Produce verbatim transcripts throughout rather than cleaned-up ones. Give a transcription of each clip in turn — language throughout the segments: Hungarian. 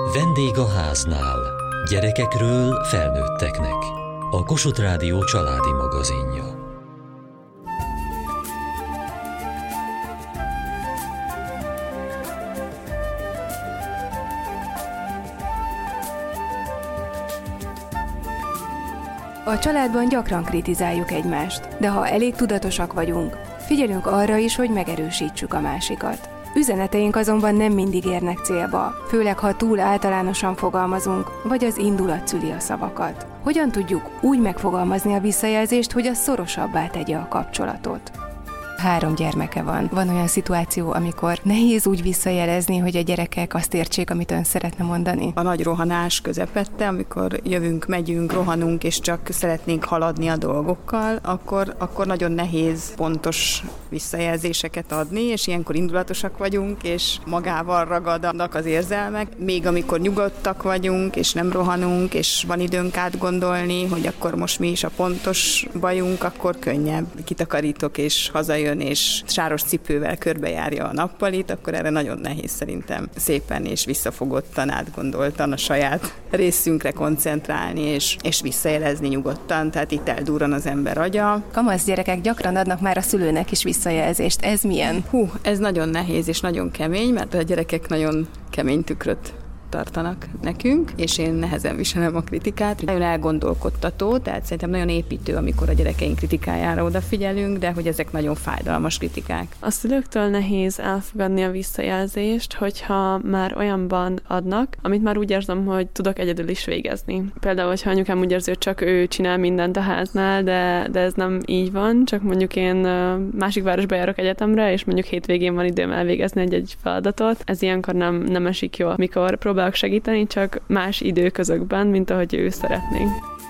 Vendég a háznál. Gyerekekről felnőtteknek. A Kossuth Rádió családi magazinja. A családban gyakran kritizáljuk egymást, de ha elég tudatosak vagyunk, figyelünk arra is, hogy megerősítsük a másikat. Üzeneteink azonban nem mindig érnek célba, főleg ha túl általánosan fogalmazunk, vagy az indulat szüli a szavakat. Hogyan tudjuk úgy megfogalmazni a visszajelzést, hogy az szorosabbá tegye a kapcsolatot? Három gyermeke van. Van olyan szituáció, amikor nehéz úgy visszajelezni, hogy a gyerekek azt értsék, amit ön szeretne mondani? A nagy rohanás közepette, amikor jövünk, megyünk, rohanunk, és csak szeretnénk haladni a dolgokkal, akkor, akkor nagyon nehéz pontos visszajelzéseket adni, és ilyenkor indulatosak vagyunk, és magával ragadnak az érzelmek. Még amikor nyugodtak vagyunk, és nem rohanunk, és van időnk átgondolni, hogy akkor most mi is a pontos bajunk, akkor könnyebb. Kitakarítok, és hazajön, és sáros cipővel körbejárja a nappalit, akkor erre nagyon nehéz szerintem szépen és visszafogottan, átgondoltan a saját részünkre koncentrálni, és, és visszajelezni nyugodtan, tehát itt eldurran az ember agya. Kamasz gyerekek gyakran adnak már a szülőnek is visszajelzést. Ez milyen? Hú, ez nagyon nehéz és nagyon kemény, mert a gyerekek nagyon kemény tükröt tartanak nekünk, és én nehezen viselem a kritikát. Nagyon elgondolkodtató, tehát szerintem nagyon építő, amikor a gyerekeink kritikájára odafigyelünk, de hogy ezek nagyon fájdalmas kritikák. A szülőktől nehéz elfogadni a visszajelzést, hogyha már olyanban adnak, amit már úgy érzem, hogy tudok egyedül is végezni. Például, hogyha anyukám úgy érzi, hogy csak ő csinál mindent a háznál, de, de ez nem így van, csak mondjuk én másik városba járok egyetemre, és mondjuk hétvégén van időm elvégezni egy-egy feladatot. Ez ilyenkor nem, nem esik jól. Mikor próbálok segíteni, csak más időközökben, mint ahogy ő szeretné.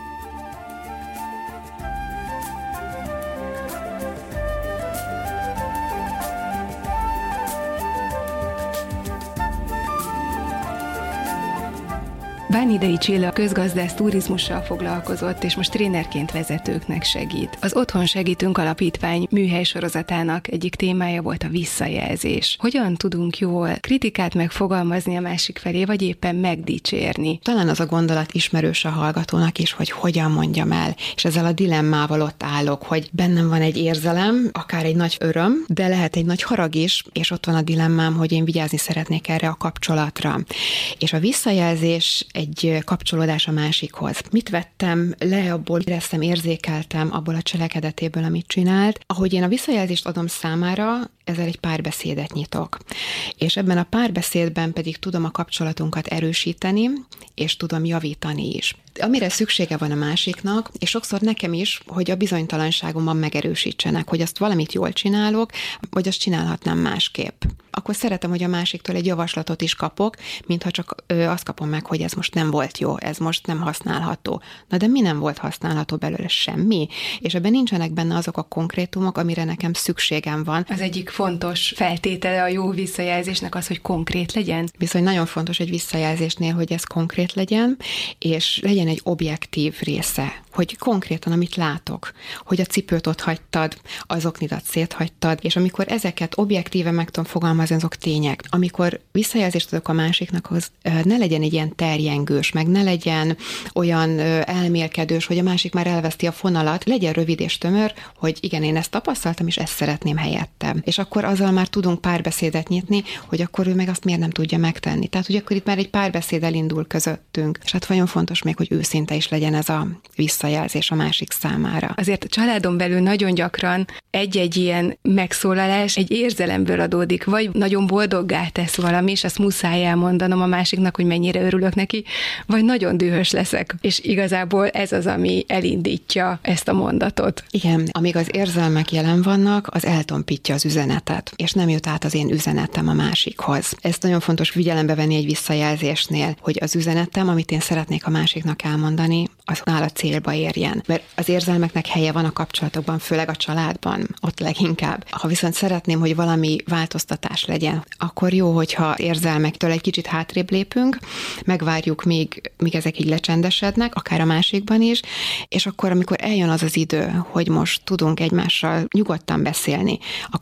Bánhidai Csilla közgazdász turizmussal foglalkozott, és most trénerként vezetőknek segít. Az Otthon Segítünk Alapítvány műhely sorozatának egyik témája volt a visszajelzés. Hogyan tudunk jól kritikát megfogalmazni a másik felé, vagy éppen megdicsérni? Talán az a gondolat ismerős a hallgatónak is, hogy hogyan mondjam el, és ezzel a dilemmával ott állok, hogy bennem van egy érzelem, akár egy nagy öröm, de lehet egy nagy harag is, és ott van a dilemmám, hogy én vigyázni szeretnék erre a kapcsolatra. És a visszajelzés egy kapcsolódás a másikhoz. Mit vettem le abból, éreztem, érzékeltem abból a cselekedetéből, amit csinált. Ahogy én a visszajelzést adom számára, ezzel egy párbeszédet nyitok. És ebben a párbeszédben pedig tudom a kapcsolatunkat erősíteni, és tudom javítani is. Amire szüksége van a másiknak, és sokszor nekem is, hogy a bizonytalanságomban megerősítsenek, hogy azt valamit jól csinálok, vagy azt csinálhatnám másképp. Akkor szeretem, hogy a másiktól egy javaslatot is kapok, mintha csak ö, azt kapom meg, hogy ez most nem volt jó, ez most nem használható. Na de mi nem volt használható belőle? Semmi. És ebben nincsenek benne azok a konkrétumok, amire nekem szükségem van. Az egyik fontos feltétele a jó visszajelzésnek az, hogy konkrét legyen. Bizony nagyon fontos egy visszajelzésnél, hogy ez konkrét legyen, és legyen egy objektív része, hogy konkrétan, amit látok, hogy a cipőt ott hagytad, az oknidat széthagytad, és amikor ezeket objektíven meg tudom fogalmazni, azok tények. Amikor visszajelzést adok a másiknak, az ne legyen egy ilyen terjengős, meg ne legyen olyan elmélkedős, hogy a másik már elveszti a fonalat, legyen rövid és tömör, hogy igen, én ezt tapasztaltam, és ezt szeretném helyettem. És akkor azzal már tudunk párbeszédet nyitni, hogy akkor ő meg azt miért nem tudja megtenni. Tehát, hogy akkor itt már egy párbeszéd elindul közöttünk. És hát nagyon fontos még, hogy őszinte is legyen ez a visszajelzés a másik számára. Azért a családon belül nagyon gyakran egy-egy ilyen megszólalás egy érzelemből adódik, vagy nagyon boldoggá tesz valami, és azt muszáj elmondanom a másiknak, hogy mennyire örülök neki, vagy nagyon dühös leszek. És igazából ez az, ami elindítja ezt a mondatot. Igen, amíg az érzelmek jelen vannak, az eltompítja az üzenetet, és nem jut át az én üzenetem a másikhoz. Ezt nagyon fontos figyelembe venni egy visszajelzésnél, hogy az üzenetem, amit én szeretnék a másiknak elmondani, az nála célba érjen. Mert az érzelmeknek helye van a kapcsolatokban, főleg a családban, ott leginkább. Ha viszont szeretném, hogy valami változtatás legyen, akkor jó, hogyha érzelmektől egy kicsit hátrébb lépünk, megvárjuk, még, míg ezek így lecsendesednek, akár a másikban is, és akkor, amikor eljön az az idő, hogy most tudunk egymással nyugodtan beszélni, akkor az üzenet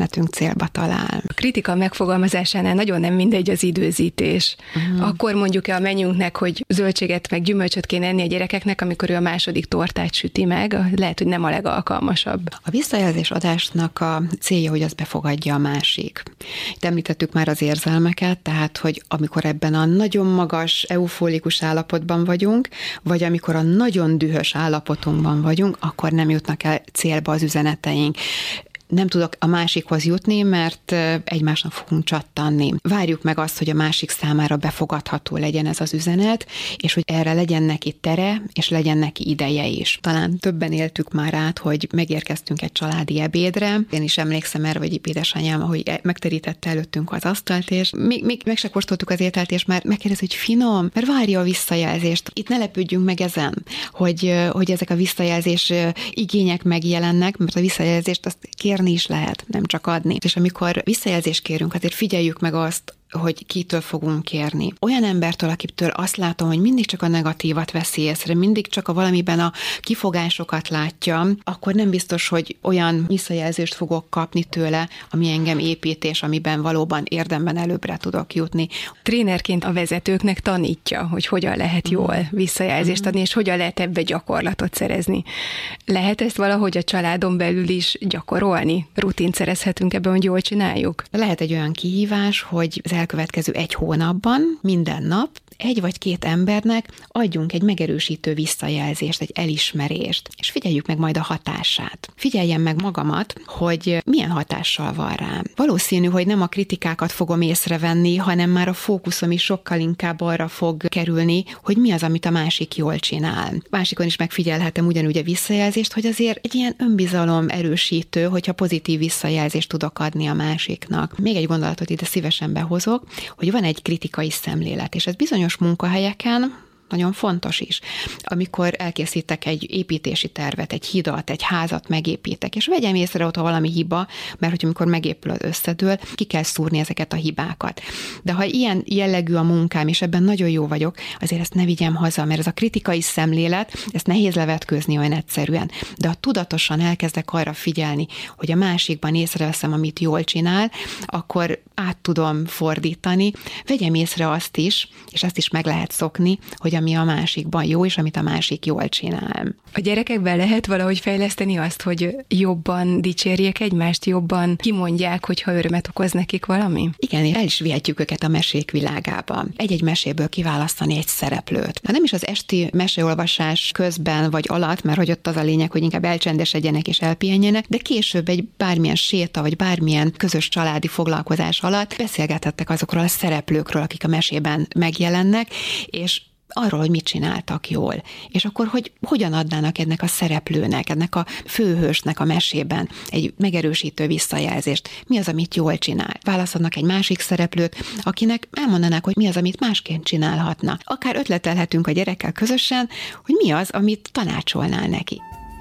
üzenetünk célba talál. A kritika megfogalmazásánál nagyon nem mindegy az időzítés. Uh-huh. Akkor mondjuk-e a menünknek, hogy zöldséget meg gyümölcsöt kéne enni a gyerekeknek, amikor ő a második tortát süti meg, lehet, hogy nem a legalkalmasabb. A visszajelzés adásnak a célja, hogy az befogadja a másik. Itt említettük már az érzelmeket, tehát, hogy amikor ebben a nagyon magas, eufórikus állapotban vagyunk, vagy amikor a nagyon dühös állapotunkban vagyunk, akkor nem jutnak el célba az üzeneteink. Nem tudok a másikhoz jutni, mert egymásnak fogunk csattanni. Várjuk meg azt, hogy a másik számára befogadható legyen ez az üzenet, és hogy erre legyen neki tere, és legyen neki ideje is. Talán többen éltük már át, hogy megérkeztünk egy családi ebédre. Én is emlékszem erre, hogy édesanyám, ahogy megterítette előttünk az asztalt, és még, még meg se kóstoltuk az ételt, és már megkérdez, hogy finom, mert várja a visszajelzést. Itt ne lepődjünk meg ezen, hogy, hogy ezek a visszajelzés igények megjelennek, mert a visszajelzést azt kérni is lehet, nem csak adni. És amikor visszajelzést kérünk, azért figyeljük meg azt, hogy kitől fogunk kérni. Olyan embertől, akitől azt látom, hogy mindig csak a negatívat veszi észre, mindig csak a valamiben a kifogásokat látja, akkor nem biztos, hogy olyan visszajelzést fogok kapni tőle, ami engem épít, és amiben valóban érdemben előbbre tudok jutni. Trénerként a vezetőknek tanítja, hogy hogyan lehet jól visszajelzést adni, és hogyan lehet ebbe gyakorlatot szerezni. Lehet ezt valahogy a családon belül is gyakorolni? Rutint szerezhetünk ebben, hogy jól csináljuk? Lehet egy olyan kihívás, hogy az elkövetkező egy hónapban minden nap egy vagy két embernek adjunk egy megerősítő visszajelzést, egy elismerést, és figyeljük meg majd a hatását. Figyeljem meg magamat, hogy milyen hatással van rám. Valószínű, hogy nem a kritikákat fogom észrevenni, hanem már a fókuszom is sokkal inkább arra fog kerülni, hogy mi az, amit a másik jól csinál. Másikon is megfigyelhetem ugyanúgy a visszajelzést, hogy azért egy ilyen önbizalom erősítő, hogyha pozitív visszajelzést tudok adni a másiknak. Még egy gondolatot ide szívesen behozok, hogy van egy kritikai szemlélet, és ez bizonyos munkahelyeken nagyon fontos is. Amikor elkészítek egy építési tervet, egy hidat, egy házat megépítek, és vegyem észre ott, ha valami hiba, mert hogy amikor megépül az összedől, ki kell szúrni ezeket a hibákat. De ha ilyen jellegű a munkám, és ebben nagyon jó vagyok, azért ezt ne vigyem haza, mert ez a kritikai szemlélet, ezt nehéz levetkőzni olyan egyszerűen. De ha tudatosan elkezdek arra figyelni, hogy a másikban észreveszem, amit jól csinál, akkor át tudom fordítani. Vegyem észre azt is, és ezt is meg lehet szokni, hogy ami a másikban jó, és amit a másik jól csinál. A gyerekekben lehet valahogy fejleszteni azt, hogy jobban dicsérjék egymást, jobban kimondják, hogyha örömet okoz nekik valami? Igen, el is vihetjük őket a mesék világába. Egy-egy meséből kiválasztani egy szereplőt. Ha nem is az esti meseolvasás közben vagy alatt, mert hogy ott az a lényeg, hogy inkább elcsendesedjenek és elpihenjenek, de később egy bármilyen séta, vagy bármilyen közös családi foglalkozás alatt beszélgethettek azokról a szereplőkről, akik a mesében megjelennek, és arról, hogy mit csináltak jól. És akkor, hogy hogyan adnának ennek a szereplőnek, ennek a főhősnek a mesében egy megerősítő visszajelzést. Mi az, amit jól csinál? Válaszolnak egy másik szereplőt, akinek elmondanák, hogy mi az, amit másként csinálhatna. Akár ötletelhetünk a gyerekkel közösen, hogy mi az, amit tanácsolnál neki.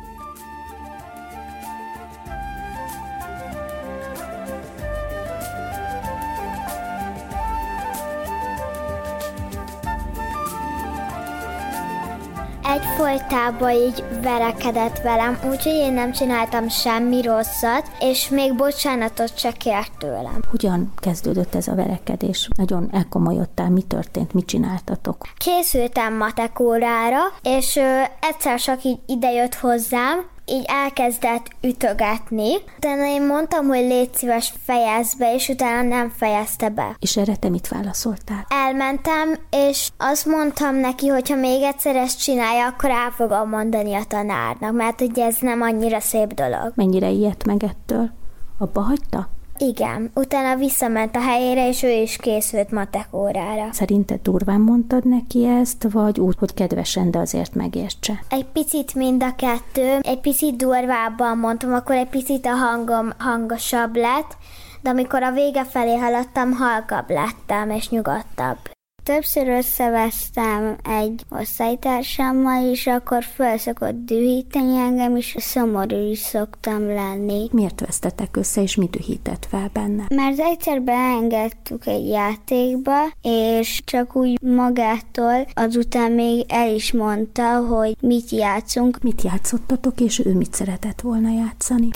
Egyfolytában így verekedett velem, úgyhogy én nem csináltam semmi rosszat, és még bocsánatot se kért tőlem. Hogyan kezdődött ez a verekedés? Nagyon elkomolyodtál, mi történt, mit csináltatok? Készültem matek órára, és ö, egyszer csak így idejött hozzám, így elkezdett ütögetni. Utána én mondtam, hogy légy szíves, fejezd be, és utána nem fejezte be. És erre te mit válaszoltál? Elmentem, és azt mondtam neki, hogy ha még egyszer ezt csinálja, akkor el fogom mondani a tanárnak, mert ugye ez nem annyira szép dolog. Mennyire ijedt meg ettől? Abba hagyta? Igen, utána visszament a helyére, és ő is készült matek órára. Szerinted durván mondtad neki ezt, vagy úgy, hogy kedvesen, de azért megértse? Egy picit mind a kettő, egy picit durvábban mondtam, akkor egy picit a hangom hangosabb lett, de amikor a vége felé haladtam, halkabb lettem és nyugodtabb. Többször összevesztem egy osztálytársammal, és akkor fel szokott dühíteni engem, és szomorú is szoktam lenni. Miért vesztetek össze, és mi dühített fel benne? Mert egyszer beengedtük egy játékba, és csak úgy magától azután még el is mondta, hogy mit játszunk. Mit játszottatok, és ő mit szeretett volna játszani?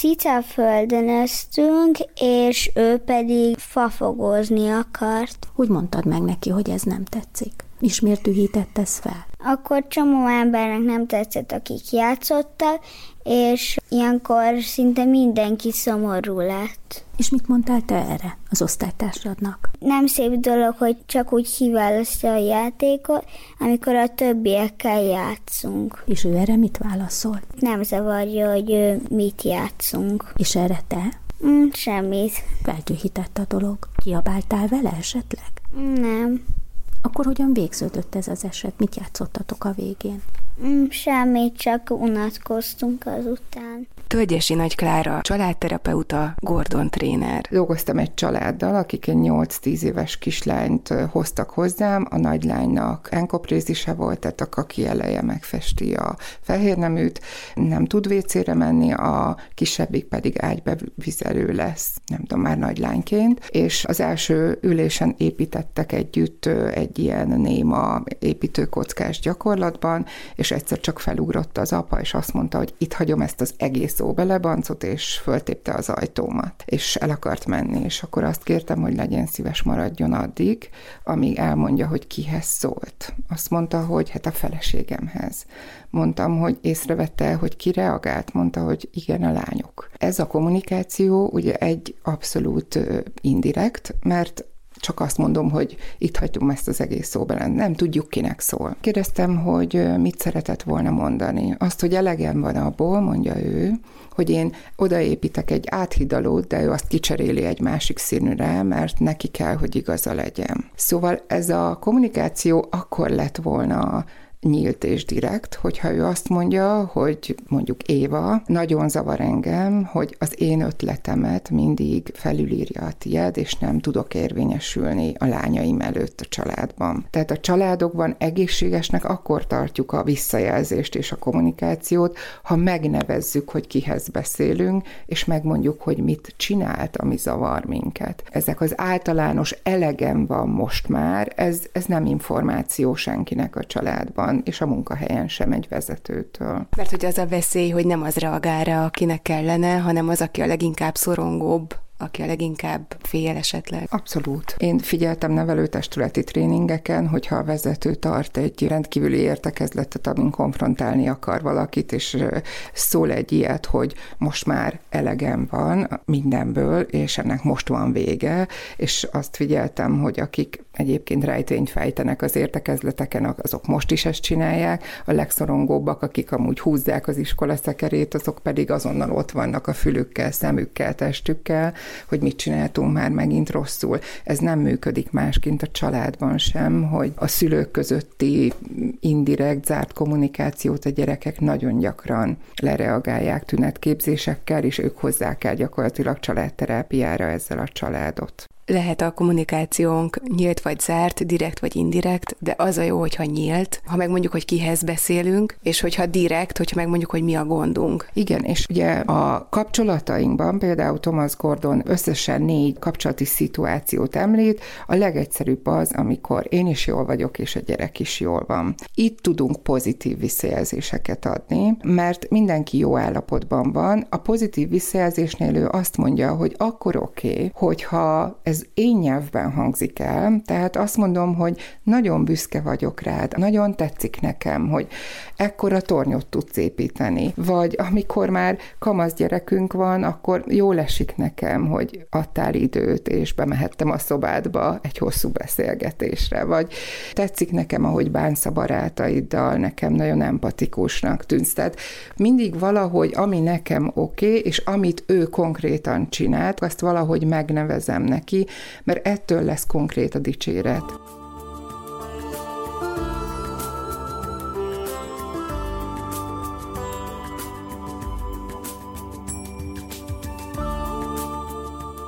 Cicaföldönöztünk, és ő pedig fafogozni akart. Úgy mondtad meg neki, hogy ez nem tetszik. És miért dühített ez fel? Akkor csomó embernek nem tetszett, akik játszottak, és ilyenkor szinte mindenki szomorú lett. És mit mondtál te erre az osztálytársadnak? Nem szép dolog, hogy csak úgy kiválasztja a játékot, amikor a többiekkel játszunk. És ő erre mit válaszol? Nem zavarja, hogy mit játszunk. És erre te? Mm, semmit. Feldühített a dolog. Kiabáltál vele esetleg? Nem. Akkor hogyan végződött ez az eset? Mit játszottatok a végén? Mm, semmit, csak unatkoztunk azután. Tölgyesi Nagy Klára, családterapeuta, Gordon tréner. Dolgoztam egy családdal, akik egy nyolc-tíz éves kislányt hoztak hozzám, a nagylánynak enkoprézise volt, tehát a kaki eleje megfesti a fehérneműt, nem tud vécére menni, a kisebbik pedig ágybevizelő lesz, nem tudom, már nagylányként, és az első ülésen építettek együtt egy ilyen néma építőkockás gyakorlatban, és egyszer csak felugrott az apa, és azt mondta, hogy itt hagyom ezt az egész óbelebancot, és föltépte az ajtómat, és el akart menni, és akkor azt kértem, hogy legyen szíves, maradjon addig, amíg elmondja, hogy kihez szólt. Azt mondta, hogy hát a feleségemhez. Mondtam, hogy észrevette, hogy ki reagált, mondta, hogy igen, a lányok. Ez a kommunikáció ugye egy abszolút indirekt, mert csak azt mondom, hogy itt hagyom ezt az egész szóbelen. Nem tudjuk, kinek szól. Kérdeztem, hogy mit szeretett volna mondani. Azt, hogy elegem van abból, mondja ő, hogy én odaépítek egy áthidalót, de ő azt kicseréli egy másik színűre, mert neki kell, hogy igaza legyen. Szóval ez a kommunikáció akkor lett volna nyílt és direkt, hogyha ő azt mondja, hogy mondjuk Éva, nagyon zavar engem, hogy az én ötletemet mindig felülírja a tied, és nem tudok érvényesülni a lányaim előtt a családban. Tehát a családokban egészségesnek akkor tartjuk a visszajelzést és a kommunikációt, ha megnevezzük, hogy kihez beszélünk, és megmondjuk, hogy mit csinált, ami zavar minket. Ezek az általános elegem van most már, ez, ez nem információ senkinek a családban, és a munkahelyen sem egy vezetőtől. Mert hogy az a veszély, hogy nem az reagál rá, akinek kellene, hanem az, aki a leginkább szorongóbb, aki a leginkább fél esetleg. Abszolút. Én figyeltem nevelőtestületi tréningeken, hogyha a vezető tart egy rendkívüli értekezletet, amin konfrontálni akar valakit, és szól egy ilyet, hogy most már elegem van mindenből, és ennek most van vége, és azt figyeltem, hogy akik egyébként rejtényt fejtenek az értekezleteken, azok most is ezt csinálják, a legszorongóbbak, akik amúgy húzzák az iskola szekerét, azok pedig azonnal ott vannak a fülükkel, szemükkel, testükkel, hogy mit csináltunk már megint rosszul. Ez nem működik másként a családban sem, hogy a szülők közötti indirekt, zárt kommunikációt a gyerekek nagyon gyakran lereagálják tünetképzésekkel, és ők hozzák el gyakorlatilag családterápiára ezzel a családot. Lehet a kommunikációnk nyílt vagy zárt, direkt vagy indirekt, de az a jó, hogyha nyílt, ha megmondjuk, hogy kihez beszélünk, és hogyha direkt, hogyha megmondjuk, hogy mi a gondunk. Igen, és ugye a kapcsolatainkban például Thomas Gordon összesen négy kapcsolati szituációt említ, a legegyszerűbb az, amikor én is jól vagyok, és a gyerek is jól van. Itt tudunk pozitív visszajelzéseket adni, mert mindenki jó állapotban van. A pozitív visszajelzésnél ő azt mondja, hogy akkor oké, okay, hogyha ez én nyelvben hangzik el, tehát azt mondom, hogy nagyon büszke vagyok rád, nagyon tetszik nekem, hogy ekkora tornyot tudsz építeni, vagy amikor már kamasz gyerekünk van, akkor jól esik nekem, hogy adtál időt, és bemehettem a szobádba egy hosszú beszélgetésre, vagy tetszik nekem, ahogy bánsz a barátaiddal, nekem nagyon empatikusnak tűnsz. Tehát mindig valahogy, ami nekem oké, okay, és amit ő konkrétan csinált, azt valahogy megnevezem neki, mert ettől lesz konkrét a dicséret.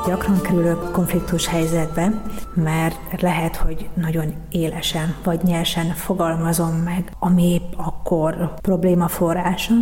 gyakran kerülök konfliktus helyzetbe, mert lehet, hogy nagyon élesen vagy nyersen fogalmazom meg, ami épp akkor probléma forrása.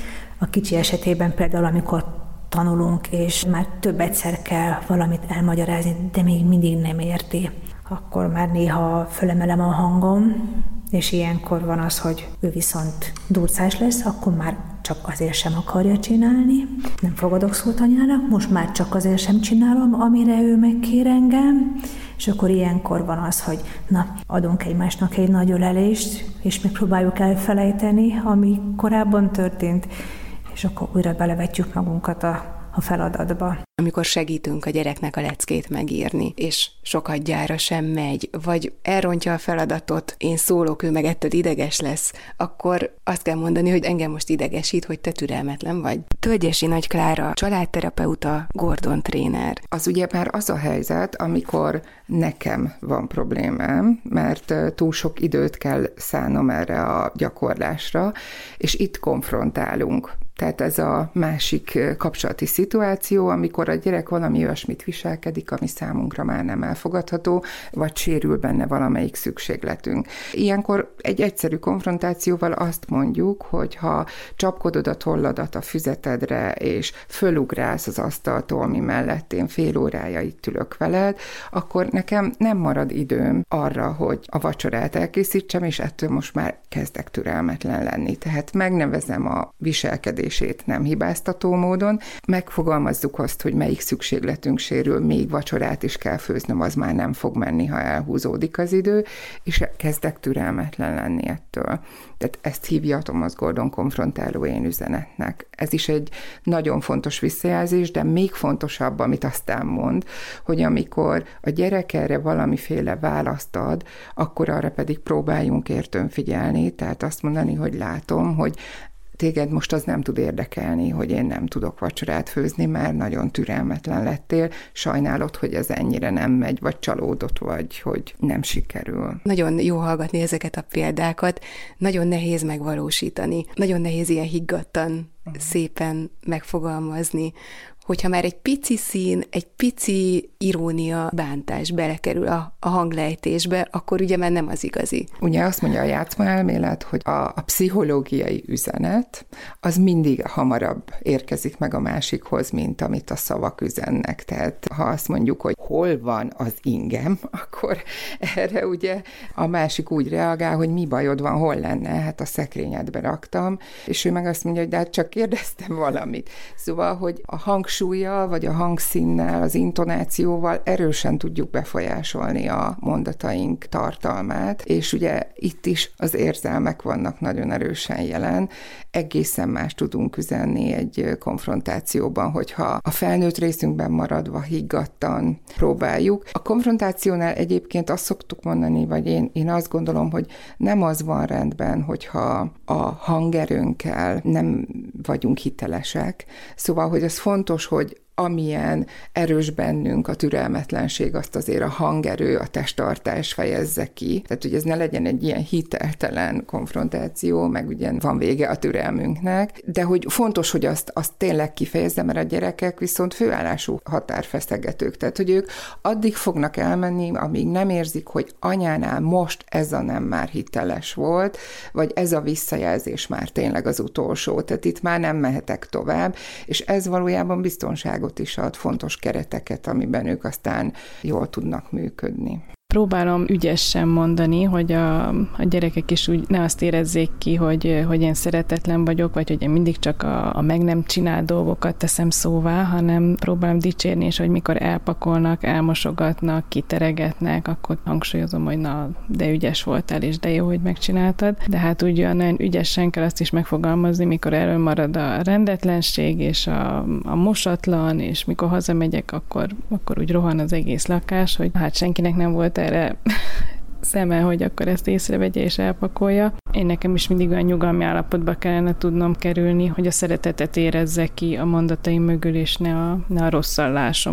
A kicsi esetében például, amikor tanulunk, és már több egyszer kell valamit elmagyarázni, de még mindig nem érti, akkor már néha fölemelem a hangom, és ilyenkor van az, hogy ő viszont durcás lesz, akkor már csak azért sem akarja csinálni, nem fogadok szót anyának, most már csak azért sem csinálom, amire ő megkér engem, és akkor ilyenkor van az, hogy na, adunk egymásnak egy nagy ölelést, és megpróbáljuk elfelejteni, ami korábban történt, és akkor újra belevetjük magunkat a a feladatba. Amikor segítünk a gyereknek a leckét megírni, és sokadjára sem megy, vagy elrontja a feladatot, én szólok, ő meg ettől ideges lesz, akkor azt kell mondani, hogy engem most idegesít, hogy te türelmetlen vagy. Tölgyesi Nagy Klára, családterapeuta, Gordon tréner. Az ugye már az a helyzet, amikor nekem van problémám, mert túl sok időt kell szánnom erre a gyakorlásra, és itt konfrontálunk. Tehát ez a másik kapcsolati szituáció, amikor a gyerek valami olyasmit viselkedik, ami számunkra már nem elfogadható, vagy sérül benne valamelyik szükségletünk. Ilyenkor egy egyszerű konfrontációval azt mondjuk, hogy ha csapkodod a tolladat a füzetedre, és fölugrálsz az asztaltolmi mellett, én fél órája itt ülök veled, akkor nekem nem marad időm arra, hogy a vacsorát elkészítsem, és ettől most már kezdek türelmetlen lenni. Tehát megnevezem a viselkedést, nem hibáztató módon, megfogalmazzuk azt, hogy melyik szükségletünk sérül, még vacsorát is kell főznöm, az már nem fog menni, ha elhúzódik az idő, és kezdek türelmetlen lenni ettől. Tehát ezt hívja Thomas Gordon konfrontáló én üzenetnek. Ez is egy nagyon fontos visszajelzés, de még fontosabb, amit aztán mond, hogy amikor a gyerek erre valamiféle választ ad, akkor arra pedig próbáljunk értőn figyelni, tehát azt mondani, hogy látom, hogy téged most az nem tud érdekelni, hogy én nem tudok vacsorát főzni, mert nagyon türelmetlen lettél, sajnálod, hogy ez ennyire nem megy, vagy csalódott vagy, hogy nem sikerül. Nagyon jó hallgatni ezeket a példákat, nagyon nehéz megvalósítani, nagyon nehéz ilyen higgadtan, szépen megfogalmazni, hogyha már egy pici szín, egy pici irónia, bántás belekerül a, a hanglejtésbe, akkor ugye már nem az igazi. Ugye azt mondja a játszmaelmélet, hogy a, a pszichológiai üzenet az mindig hamarabb érkezik meg a másikhoz, mint amit a szavak üzennek. Tehát ha azt mondjuk, hogy hol van az ingem, akkor erre ugye a másik úgy reagál, hogy mi bajod van, hol lenne, hát a szekrényedbe raktam, és ő meg azt mondja, hogy de hát csak kérdeztem valamit. Szóval, hogy a hangsúllyal, vagy a hangszínnel, az intonációval erősen tudjuk befolyásolni a mondataink tartalmát, és ugye itt is az érzelmek vannak nagyon erősen jelen. Egészen más tudunk üzenni egy konfrontációban, hogyha a felnőtt részünkben maradva higgadtan próbáljuk. A konfrontációnál egyébként azt szoktuk mondani, vagy én, én azt gondolom, hogy nem az van rendben, hogyha a hangerőnkkel nem vagyunk hitelesek. Szóval, hogy ez fontos, hogy amilyen erős bennünk a türelmetlenség, azt azért a hangerő, a testtartás fejezze ki. Tehát, hogy ez ne legyen egy ilyen hiteltelen konfrontáció, meg ugye van vége a türelmünknek, de hogy fontos, hogy azt, azt tényleg kifejezze, mert a gyerekek viszont főállású határfeszegetők. Tehát, hogy ők addig fognak elmenni, amíg nem érzik, hogy anyánál most ez a nem már hiteles volt, vagy ez a visszajelzés már tényleg az utolsó. Tehát itt már nem mehetek tovább, és ez valójában biztonságot is ad, fontos kereteket, amiben ők aztán jól tudnak működni. Próbálom ügyesen mondani, hogy a, a gyerekek is úgy ne azt érezzék ki, hogy, hogy én szeretetlen vagyok, vagy hogy én mindig csak a, a meg nem csinál dolgokat teszem szóvá, hanem próbálom dicsérni, és hogy mikor elpakolnak, elmosogatnak, kiteregetnek, akkor hangsúlyozom, hogy na, de ügyes voltál, és de jó, hogy megcsináltad. De hát úgy nagyon ügyesen kell azt is megfogalmazni, mikor erről marad a rendetlenség, és a, a mosatlan, és mikor hazamegyek, akkor, akkor úgy rohan az egész lakás, hogy hát senkinek nem volt erre szeme, hogy akkor ezt észrevegye és elpakolja. Én nekem is mindig olyan nyugalmi állapotba kellene tudnom kerülni, hogy a szeretetet érezze ki a mondataim mögül, és ne a, ne a rosszallásomat.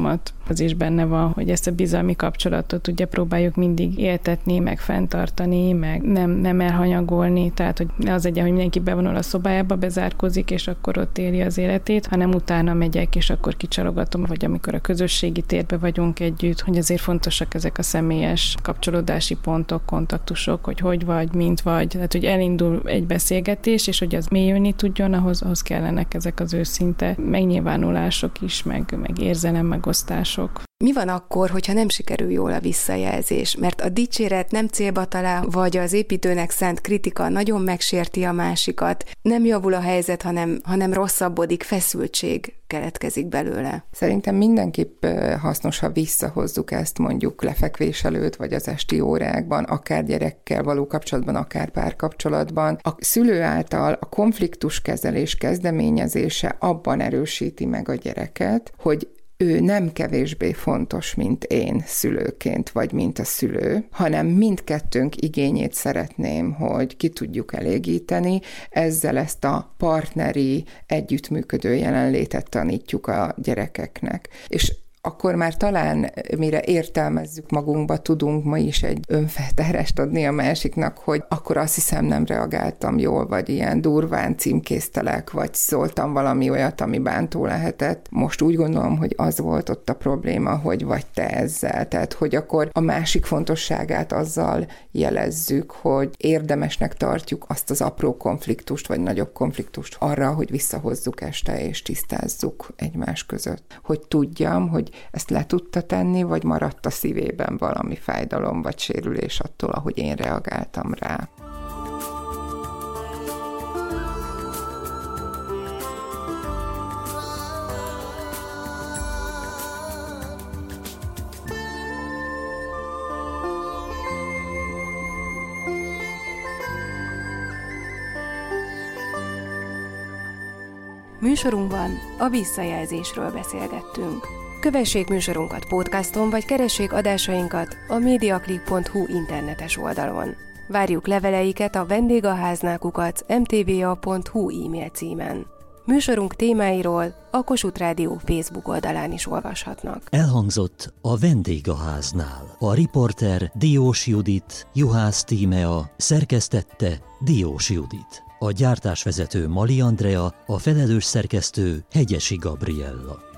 Az is benne van, hogy ezt a bizalmi kapcsolatot ugye próbáljuk mindig éltetni, meg fenntartani, meg nem, nem elhanyagolni, tehát hogy ne az legyen, hogy mindenki bevonul a szobájába, bezárkózik, és akkor ott éli az életét, hanem utána megyek, és akkor kicsalogatom, vagy amikor a közösségi térbe vagyunk együtt, hogy azért fontosak ezek a személyes kapcsolódási pontok, kontaktusok, hogy hogy vagy, mint vagy, tehát hogy elindul egy beszélgetés, és hogy az mélyülni tudjon, ahhoz, ahhoz kellenek ezek az őszinte megnyilvánulások is, meg, meg érzelem megosztások. Mi van akkor, hogyha nem sikerül jól a visszajelzés? Mert a dicséret nem célba talál, vagy az építőnek szánt kritika nagyon megsérti a másikat, nem javul a helyzet, hanem, hanem rosszabbodik, feszültség keletkezik belőle. Szerintem mindenképp hasznos, ha visszahozzuk ezt mondjuk lefekvés előtt, vagy az esti órákban, akár gyerekkel való kapcsolatban, akár párkapcsolatban. A szülő által a konfliktuskezelés kezdeményezése abban erősíti meg a gyereket, hogy ő nem kevésbé fontos, mint én szülőként, vagy mint a szülő, hanem mindkettőnk igényét szeretném, hogy ki tudjuk elégíteni, ezzel ezt a partneri, együttműködő jelenlétet tanítjuk a gyerekeknek. És akkor már talán, mire értelmezzük magunkba, tudunk ma is egy önfeltárást adni a másiknak, hogy akkor azt hiszem nem reagáltam jól, vagy ilyen durván címkéztelek, vagy szóltam valami olyat, ami bántó lehetett. Most úgy gondolom, hogy az volt ott a probléma, hogy vagy te ezzel. Tehát, hogy akkor a másik fontosságát azzal jelezzük, hogy érdemesnek tartjuk azt az apró konfliktust, vagy nagyobb konfliktust arra, hogy visszahozzuk este, és tisztázzuk egymás között. Hogy tudjam, hogy ezt le tudta tenni, vagy maradt a szívében valami fájdalom, vagy sérülés attól, ahogy én reagáltam rá. Műsorunkban a visszajelzésről beszélgettünk. Kövessék műsorunkat podcaston, vagy keressék adásainkat a mediaclick pont hu internetes oldalon. Várjuk leveleiket a vendégháznál kukac em té bé á pont hu e-mail címen. Műsorunk témáiról a Kossuth Rádió Facebook oldalán is olvashatnak. Elhangzott a Vendégháznál. A riporter Diós Judit, Juhász Tímea, szerkesztette Diós Judit. A gyártásvezető Mali Andrea, a felelős szerkesztő Hegyesi Gabriella.